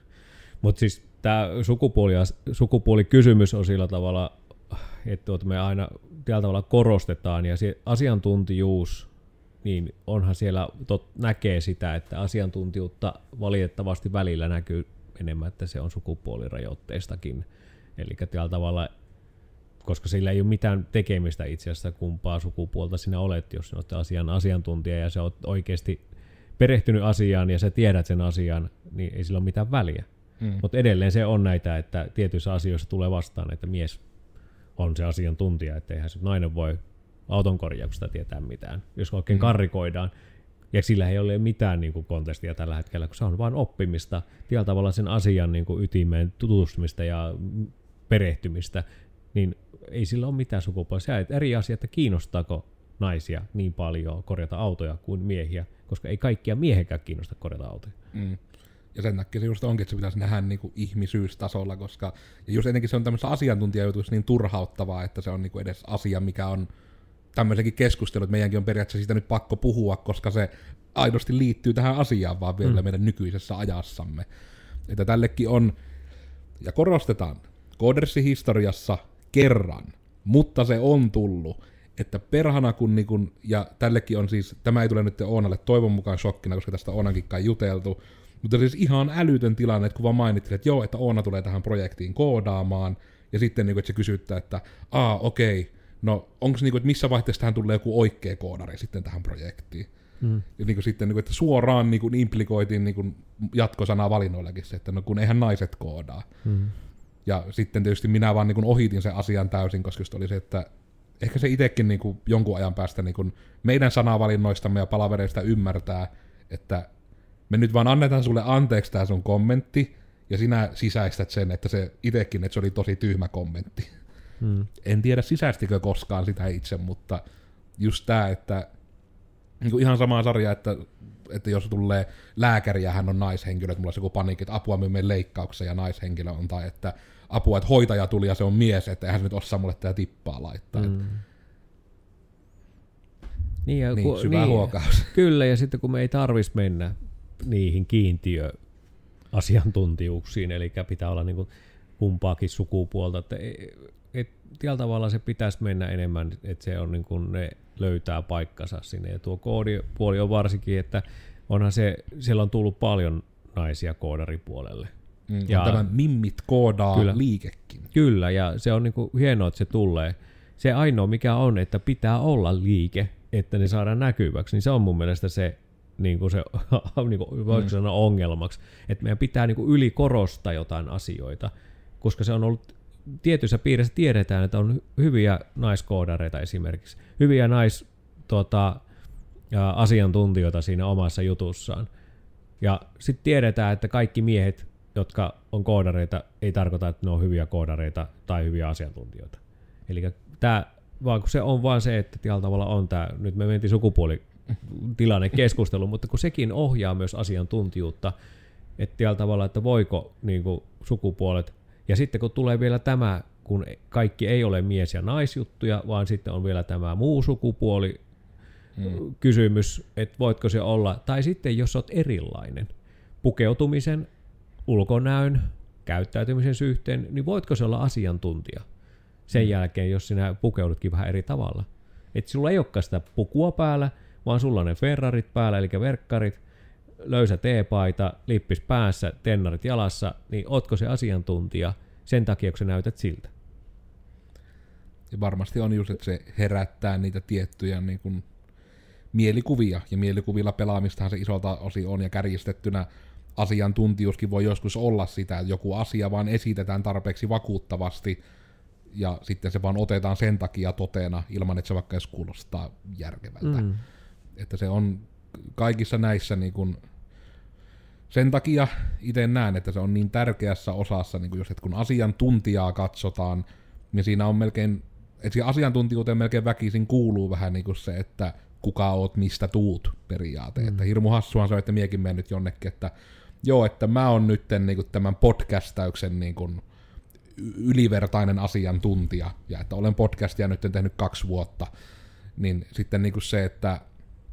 Mutta siis tämä sukupuolikysymys on sillä tavalla, että me aina tällä tavalla korostetaan, ja se asiantuntijuus, niin onhan siellä näkee sitä, että asiantuntijuutta valitettavasti välillä näkyy enemmän, että se on sukupuolirajoitteistakin. Eli tällä tavalla, koska sillä ei ole mitään tekemistä itse asiassa, kumpaa sukupuolta sinä olet, jos olet asiantuntija ja sä oot oikeasti perehtynyt asiaan ja sä tiedät sen asian, niin ei sillä ole mitään väliä. Mutta edelleen se on näitä, että tietyissä asioissa tulee vastaan, että mies on se asiantuntija, että eihän se nainen voi auton korjauksesta tietää mitään, jos oikein karrikoidaan. Ja sillä ei ole mitään niin kuin kontestia tällä hetkellä, kun se on vain oppimista, tällä tavalla sen asian niin kuin ytimeen tutustumista ja perehtymistä, niin ei sillä ole mitään sukupuolta. Eri asia, että kiinnostaako naisia niin paljon korjata autoja kuin miehiä, koska ei kaikkia miehekään kiinnosta korjata autoja. Ja sen takia se just onkin, että se pitäisi nähdä niin kuin ihmisyystasolla, koska ja just etenkin se on tämmöisessä asiantuntijajutuissa niin turhauttavaa, että se on niin kuin edes asia, mikä on tämmöisenkin keskustelu, että meidänkin on periaatteessa siitä nyt pakko puhua, koska se aidosti liittyy tähän asiaan vaan vielä meidän nykyisessä ajassamme. Että tällekin on, ja korostetaan, Codersin historiassa kerran, mutta se on tullut, että perhana kun ja tällekin on siis, tämä ei tule nyt Oonalle toivon mukaan shokkina, koska tästä Oonankin kai juteltu, mutta siis ihan älytön tilanne, että kun vaan mainittiin, että joo, että Oona tulee tähän projektiin koodaamaan, ja sitten että se kysyttää, että okei, no onko että missä vaihteessa tähän tulee joku oikea koodari sitten tähän projektiin. Ja sitten, että suoraan implikoitiin jatkosanaa valinnoillakin se, että no kun eihän naiset koodaa. Ja sitten tietysti minä vaan ohitin sen asian täysin, koska just oli se, että ehkä se itsekin jonkun ajan päästä meidän sanavalinnoistamme ja palavereista ymmärtää, että me nyt vaan annetaan sulle anteeksi tää sun kommentti, ja sinä sisäistät sen, että se itsekin, että se oli tosi tyhmä kommentti. En tiedä sisäistikö koskaan sitä itse, mutta just tää, että ihan samaa sarjaa, että jos tulee lääkäri ja hän on naishenkilö, että mulla on joku paniikki, että apua myy leikkaukseen ja naishenkilö on, tai että apua, että hoitaja tuli ja se on mies, että eihän se nyt osaa mulle tätä tippaa laittaa. Niin, syvä huokaus. Kyllä, ja sitten kun me ei tarvitsisi mennä niihin kiintiöasiantuntijuuksiin, eli pitää olla kumpaakin sukupuolta, että tällä tavalla se pitäisi mennä enemmän, että se on ne löytää paikkansa sinne. Ja tuo koodipuoli on varsinkin, että onhan siellä on tullut paljon naisia koodaripuolelle. Ja tämä mimmit koodaa kyllä, liikekin. Kyllä, ja se on hienoa, että se tulee. Se ainoa mikä on, että pitää olla liike, että ne saadaan näkyväksi, niin se on mun mielestä se, voiko sanoa ongelmaksi, että meidän pitää ylikorostaa jotain asioita, koska se on ollut tietyissä piirissä tiedetään, että on hyviä naiskoodareita esimerkiksi, hyviä asiantuntijoita siinä omassa jutussaan. Ja sitten tiedetään, että kaikki miehet, jotka on koodareita, ei tarkoita, että ne on hyviä koodareita tai hyviä asiantuntijoita. Eli vaan kun se on vaan se, että tällä tavalla on tämä, nyt me mentiin sukupuolitilanne keskustelu, mutta kun sekin ohjaa myös asiantuntijuutta, että tällä tavalla, että voiko sukupuolet. Ja sitten kun tulee vielä tämä, kun kaikki ei ole mies- ja naisjuttuja, vaan sitten on vielä tämä muu sukupuoli kysymys, että voitko se olla, tai sitten jos olet erilainen, pukeutumisen, ulkonäön, käyttäytymisen suhteen, niin voitko se olla asiantuntija sen jälkeen, jos sinä pukeudutkin vähän eri tavalla. Että sulla ei olekaan sitä pukua päällä, vaan sulla on ne Ferrarit päällä, eli verkkarit, löysä teepaita, lippis päässä, tennarit jalassa, niin ootko se asiantuntija sen takia, kun sä näytät siltä? Ja varmasti on just, että se herättää niitä tiettyjä mielikuvia, ja mielikuvilla pelaamistahan se isolta osin on, ja kärjistettynä asiantuntijuuskin voi joskus olla sitä, että joku asia vaan esitetään tarpeeksi vakuuttavasti, ja sitten se vaan otetaan sen takia totena, ilman että se vaikka edes kuulostaa järkevältä. Että se on kaikissa näissä sen takia itse näen, että se on niin tärkeässä osassa, just, että kun asiantuntijaa katsotaan, niin siinä on melkein, että siihen asiantuntijuuteen melkein väkisin kuuluu vähän se, että kuka oot, mistä tuut periaate. Että hirmu hassuhan se on, että miekin menen nyt jonnekin, että joo, että mä oon nyt niinku tämän podcastauksen niinku ylivertainen asiantuntija, ja että olen podcastia nyt tehnyt 2 vuotta, niin sitten niinku se, että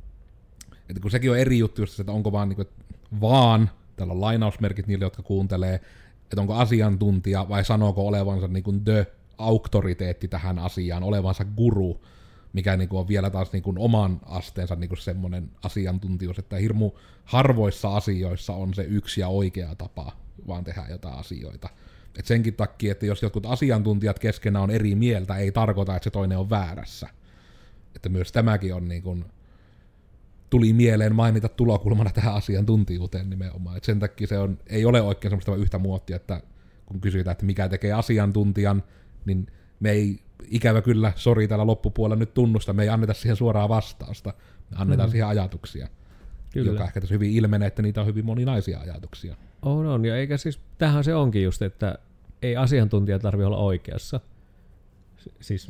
kun sekin on eri juttu, just, että onko vaan, niinku, täällä on lainausmerkit niille, jotka kuuntelee, että onko asiantuntija vai sanooko olevansa niinku auktoriteetti tähän asiaan, olevansa guru, mikä niinku on vielä taas niinku oman asteensa niinku semmoinen asiantuntijuus, että hirmu harvoissa asioissa on se yksi ja oikea tapa vaan tehdä jotain asioita. Et senkin takia, että jos jotkut asiantuntijat keskenään on eri mieltä, ei tarkoita, että se toinen on väärässä. Että myös tämäkin on niinku, tuli mieleen mainita tulokulmana tähän asiantuntijuuteen nimenomaan. Et sen takia se ei ole oikein semmoista yhtä muottia, että kun kysytään, että mikä tekee asiantuntijan, niin me ei ikävä kyllä, täällä loppupuolella nyt tunnusta, me ei anneta siihen suoraa vastausta, me annetaan siihen ajatuksia. Kyllä. Joka ehkä tässä hyvin ilmenee, että niitä on hyvin moninaisia ajatuksia. On, ja eikä siis, tämähän se onkin just, että ei asiantuntija tarvitse olla oikeassa. Siis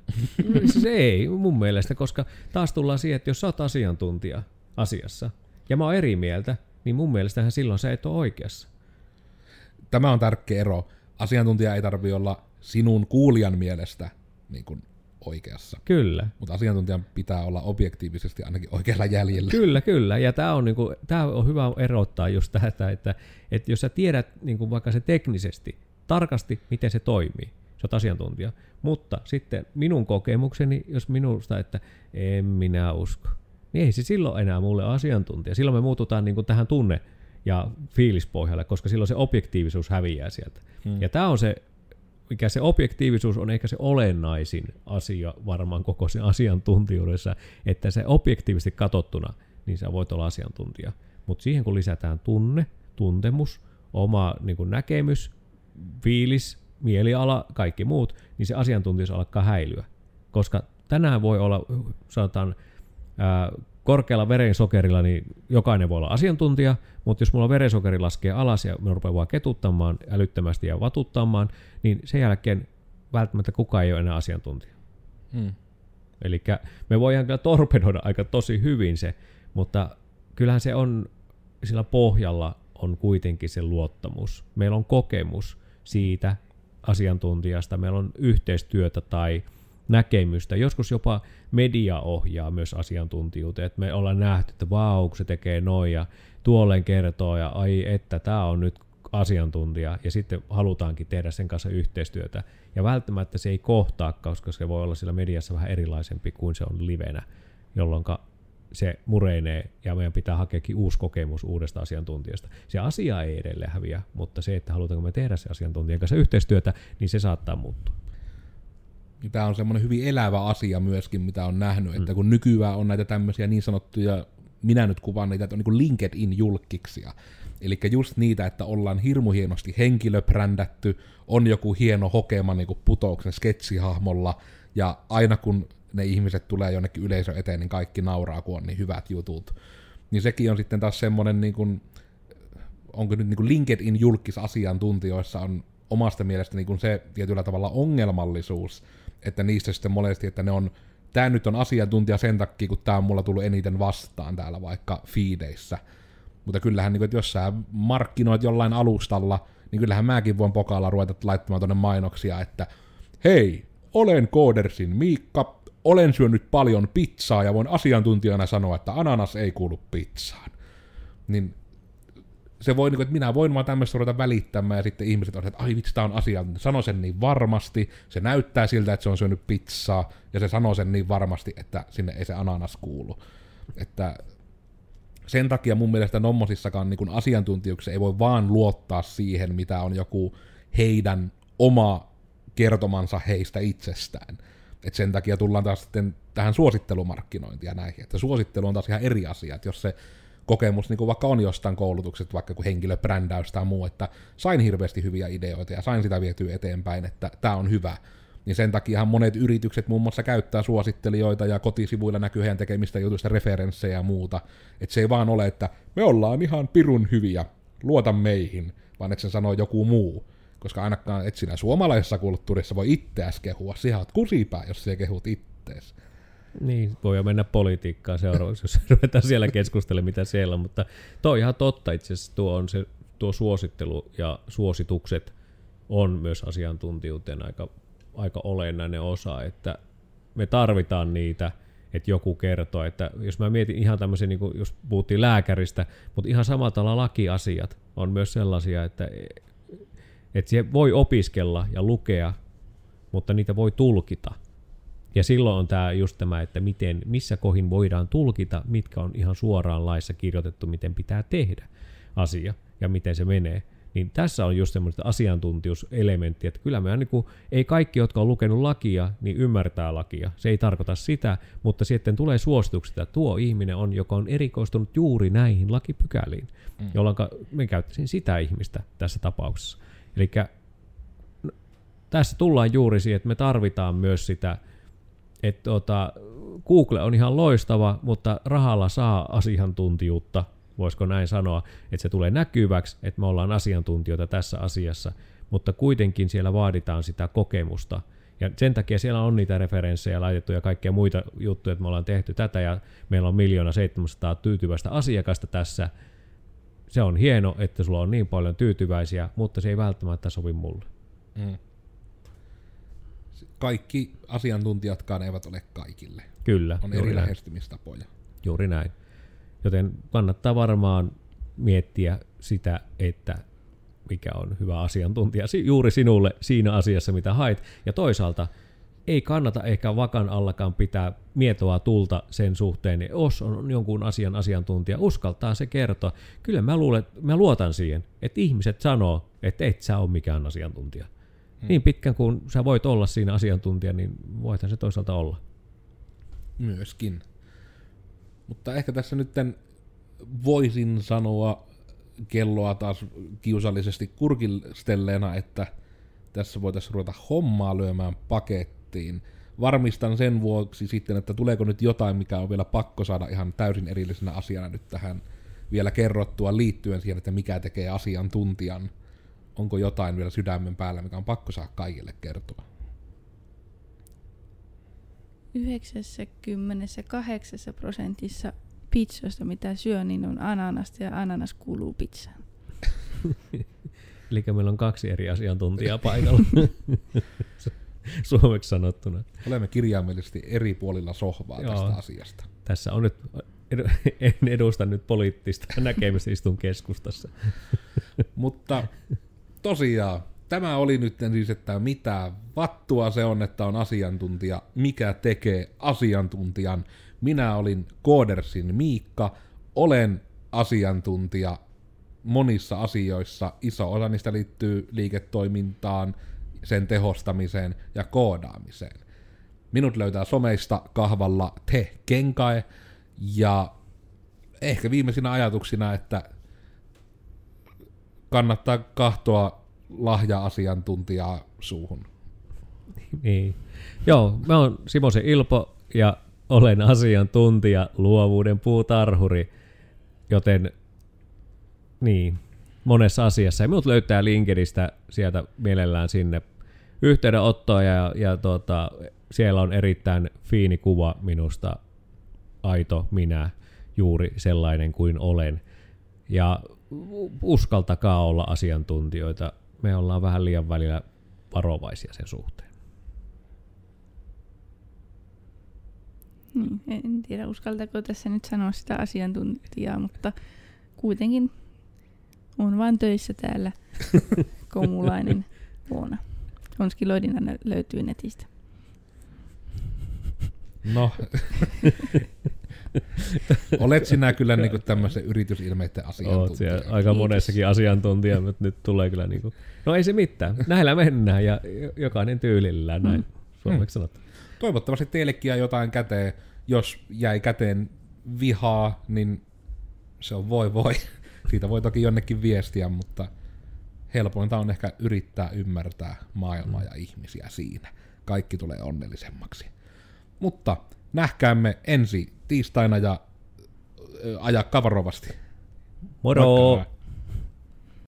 ei mun mielestä, koska taas tullaan siihen, että jos sä oot asiantuntija asiassa, ja mä oon eri mieltä, niin mun mielestähän silloin sä et ole oikeassa. Tämä on tärkeä ero. Asiantuntija ei tarvitse olla sinun kuulijan mielestä niin kuin oikeassa. Kyllä. Mutta asiantuntijan pitää olla objektiivisesti ainakin oikealla jäljellä. Kyllä. Ja tämä on hyvä erottaa just tätä, että jos sä tiedät niin vaikka se teknisesti, tarkasti, miten se toimii, sä oot asiantuntija. Mutta sitten minun kokemukseni, jos minusta, että en minä usko, niin ei se silloin enää mulle asiantuntija. Silloin me muututaan niin kuin tähän tunne- ja fiilispohjalle, koska silloin se objektiivisuus häviää sieltä. Ja tämä on se, mikä se objektiivisuus on ehkä se olennaisin asia varmaan koko sen asiantuntijuudessa, että se objektiivisesti katsottuna, niin sä voit olla asiantuntija. Mutta siihen kun lisätään tuntemus, oma niin kuin näkemys, fiilis, mieliala, kaikki muut, niin se asiantuntijuus alkaa häilyä. Koska tänään voi olla, sanotaan, korkealla verensokerilla, niin jokainen voi olla asiantuntija, mutta jos mulla verensokeri laskee alas ja me rupeaa vaan ketuttamaan älyttömästi ja vatuttamaan, niin sen jälkeen välttämättä kukaan ei ole enää asiantuntija. Eli me voidaan kyllä torpedoida aika tosi hyvin se, mutta kyllähän se on, sillä pohjalla on kuitenkin se luottamus. Meillä on kokemus siitä asiantuntijasta, meillä on yhteistyötä tai näkemystä. Joskus jopa media ohjaa myös asiantuntijuuteen, että me ollaan nähty, että vau, se tekee noin ja tuolleen kertoo ja ai, että tämä on nyt asiantuntija ja sitten halutaankin tehdä sen kanssa yhteistyötä. Ja välttämättä se ei kohtaa, koska se voi olla sillä mediassa vähän erilaisempi kuin se on livenä, jolloin se mureinee ja meidän pitää hakeakin uusi kokemus uudesta asiantuntijasta. Se asia ei edelleen häviä, mutta se, että halutaanko me tehdä se asiantuntijan kanssa yhteistyötä, niin se saattaa muuttua. Tämä on semmoinen hyvin elävä asia myöskin, mitä on nähnyt, että kun nykyään on näitä tämmöisiä niin sanottuja, minä nyt kuvaan niitä, että on niin kuin LinkedIn-julkkiksia. Eli just niitä, että ollaan hirmu hienosti henkilöbrändätty, on joku hieno hokema niin kuin Putouksen sketsihahmolla, ja aina kun ne ihmiset tulee jonnekin yleisön eteen, niin kaikki nauraa, kun on niin hyvät jutut. Niin sekin on sitten taas semmoinen, niin kuin, onko nyt niin kuin LinkedIn-julkkisasiantuntijoissa on omasta mielestä niin kuin se tietyllä tavalla ongelmallisuus, että niistä sitten monesti, että tämä nyt on asiantuntija sen takia, kun tämä on mulla tullut eniten vastaan täällä vaikka feedeissä. Mutta kyllähän, niin kuin, että jos sä markkinoit jollain alustalla, niin kyllähän mäkin voin pokaalla ruveta laittamaan tuonne mainoksia, että hei, olen Codersin Miikka, olen syönyt paljon pizzaa ja voin asiantuntijana sanoa, että ananas ei kuulu pizzaan. Niin se voi, että minä voin vaan tämmöistä ruveta välittämään, ja sitten ihmiset on, että ai vitsi, tämä on asiantuntija. Sano sen niin varmasti, se näyttää siltä, että se on syönyt pizzaa, ja se sanoo sen niin varmasti, että sinne ei se ananas kuulu. Että sen takia mun mielestä nommosissakaan niin asiantuntijuuksissa ei voi vaan luottaa siihen, mitä on joku heidän oma kertomansa heistä itsestään. Et sen takia tullaan taas sitten tähän suosittelumarkkinointiin ja näihin, että suosittelu on taas ihan eri asia, että jos se kokemus, niin kuin vaikka on jostain koulutuksesta, vaikka kuin henkilöbrändäys tai muu, että sain hirveästi hyviä ideoita ja sain sitä vietyä eteenpäin, että tämä on hyvä. Niin sen takiahan monet yritykset muun muassa käyttää suosittelijoita ja kotisivuilla näkyy heidän tekemistä jutuista referenssejä ja muuta. Että se ei vaan ole, että me ollaan ihan pirun hyviä, luota meihin, vaan että sen sanoo joku muu. Koska ainakaan et sinä suomalaisessa kulttuurissa voi itseäsi kehua, sinä oot kusipää, jos sinä kehut ittees. Niin, voi jo mennä politiikkaan seuraavaksi, jos ruvetaan siellä keskustelemaan, mitä siellä on, mutta toi on ihan totta itse asiassa, tuo suosittelu ja suositukset on myös asiantuntijuuteen aika olennainen osa, että me tarvitaan niitä, että joku kertoo, että jos mä mietin ihan tämmöisiä, niin kuin jos puhuttiin lääkäristä, mutta ihan samalla tavalla lakiasiat on myös sellaisia, että siihen voi opiskella ja lukea, mutta niitä voi tulkita. Ja silloin on just tämä, että missä kohin voidaan tulkita, mitkä on ihan suoraan laissa kirjoitettu, miten pitää tehdä asia ja miten se menee. Niin tässä on just semmoista asiantuntijuuselementtiä, että kyllä me ei kaikki, jotka on lukenut lakia, niin ymmärtää lakia. Se ei tarkoita sitä, mutta sitten tulee suositukset, että tuo ihminen on, joka on erikoistunut juuri näihin lakipykäliin, jolloin me käyttäisin sitä ihmistä tässä tapauksessa. Eli tässä tullaan juuri siihen, että me tarvitaan myös sitä, että Google on ihan loistava, mutta rahalla saa asiantuntijuutta, voisiko näin sanoa, että se tulee näkyväksi, että me ollaan asiantuntijoita tässä asiassa, mutta kuitenkin siellä vaaditaan sitä kokemusta. Ja sen takia siellä on niitä referenssejä laitettu ja kaikkia muita juttuja, että me ollaan tehty tätä ja meillä on 1 700 000 tyytyväistä asiakasta tässä. Se on hieno, että sulla on niin paljon tyytyväisiä, mutta se ei välttämättä sovi mulle. Kaikki asiantuntijatkaan eivät ole kaikille. Kyllä. On eri lähestymistapoja. Juuri näin. Joten kannattaa varmaan miettiä sitä, että mikä on hyvä asiantuntija juuri sinulle siinä asiassa, mitä haet. Ja toisaalta ei kannata ehkä vakan allakaan pitää mietoa tulta sen suhteen, jos on jonkun asian asiantuntija, uskaltaa se kertoa. Kyllä mä luotan siihen, että ihmiset sanoo, että et sä ole mikään asiantuntija. Niin pitkän kuin sä voit olla siinä asiantuntija, niin voithan se toisaalta olla. Myöskin. Mutta ehkä tässä nyt voisin sanoa kelloa taas kiusallisesti kurkistelleena, että tässä voitaisiin ruveta hommaa lyömään pakettiin. Varmistan sen vuoksi sitten, että tuleeko nyt jotain, mikä on vielä pakko saada ihan täysin erillisenä asiana nyt tähän vielä kerrottua liittyen siihen, että mikä tekee asiantuntijan. Onko jotain vielä sydämen päällä, mikä on pakko saada kaikille kertoa? 98% pizzoista, mitä syö, niin on ananasta ja ananas kuuluu pizzaan. Eli meillä on 2 eri asiantuntijaa paikalla. Suomeksi sanottuna. Olemme kirjaimellisesti eri puolilla sohvaa tästä asiasta. Tässä on nyt, en edusta nyt poliittista näkemystä, istun keskustassa. Mutta tosiaan, tämä oli nyt siis, että mitä vattua se on, että on asiantuntija, mikä tekee asiantuntijan. Minä olin Koodersin Miikka, olen asiantuntija monissa asioissa, iso osa niistä liittyy liiketoimintaan, sen tehostamiseen ja koodaamiseen. Minut löytää someista kahvalla Te Kenkae, ja ehkä viimeisinä ajatuksina, että kannattaa kahtoa lahja-asiantuntijaa suuhun. Niin. Joo, mä oon Simosen Ilpo ja olen asiantuntija, luovuuden puutarhuri, joten niin, monessa asiassa. Ja minut löytää LinkedInistä sieltä mielellään sinne yhteydenottoa ja siellä on erittäin fiini kuva minusta, aito minä, juuri sellainen kuin olen. Ja uskaltakaa olla asiantuntijoita. Me ollaan vähän liian välillä varovaisia sen suhteen. En tiedä, uskaltaako tässä nyt sanoa sitä asiantuntijaa, mutta kuitenkin on vaan töissä täällä komulainen vuonna. Onskiloidina löytyy netistä. No, olet sinä kyllä niinku tämmöisen yritysilmeiden asiantuntija. Oot aika monessakin asiantuntija, mutta nyt tulee kyllä niinku, no ei se mitään, näillä mennään ja jokainen tyylillään näin suomeksi sanottuna. Toivottavasti teillekin jää jotain käteen. Jos jäi käteen vihaa, niin se on voi. Siitä voi toki jonnekin viestiä, mutta helpointa on ehkä yrittää ymmärtää maailmaa ja ihmisiä siinä. Kaikki tulee onnellisemmaksi. Mutta nähkäämme ensi tiistaina ja aja kavarovasti. Moro!